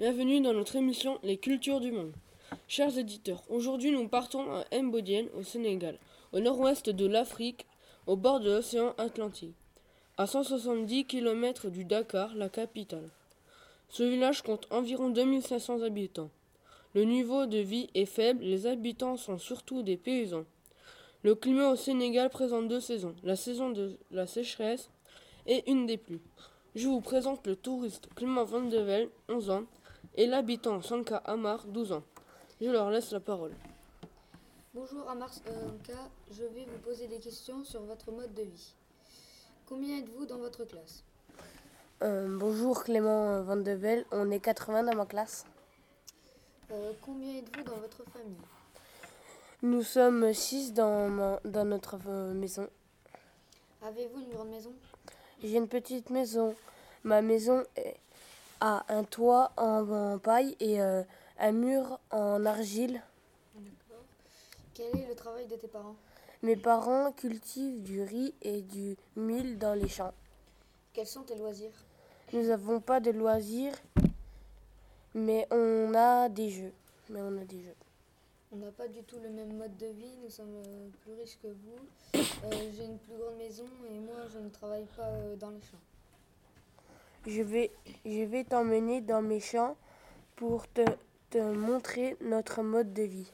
Bienvenue dans notre émission Les Cultures du Monde. Chers éditeurs, aujourd'hui nous partons à Mbodiène au Sénégal, au nord-ouest de l'Afrique, au bord de l'océan Atlantique, à 170 km du Dakar, la capitale. Ce village compte environ 2500 habitants. Le niveau de vie est faible, les habitants sont surtout des paysans. Le climat au Sénégal présente deux saisons, la saison de la sécheresse et une des pluies. Je vous présente le touriste Clément Van de Velde, 11 ans, et l'habitant Sanka Amar, 12 ans. Je leur laisse la parole. Bonjour Amar Sanka, je vais vous poser des questions sur votre mode de vie. Combien êtes-vous dans votre classe? Bonjour Clément Van de Velde, on est 80 dans ma classe. Combien êtes-vous dans votre famille? Nous sommes 6 dans notre maison. Avez-vous une grande maison? J'ai une petite maison. Ma maison a un toit en paille et un mur en argile. D'accord. Quel est le travail de tes parents? Mes parents cultivent du riz et du mil dans les champs. Quels sont tes loisirs? Nous n'avons pas de loisirs, mais on a des jeux. On n'a pas du tout le même mode de vie, nous sommes plus riches que vous. J'ai une plus grande maison et moi je ne travaille pas dans les champs. Je vais t'emmener dans mes champs pour te montrer notre mode de vie.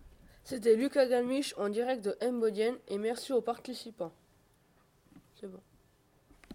C'était Lucas Galmiche en direct de Mbodiène et merci aux participants. C'est bon.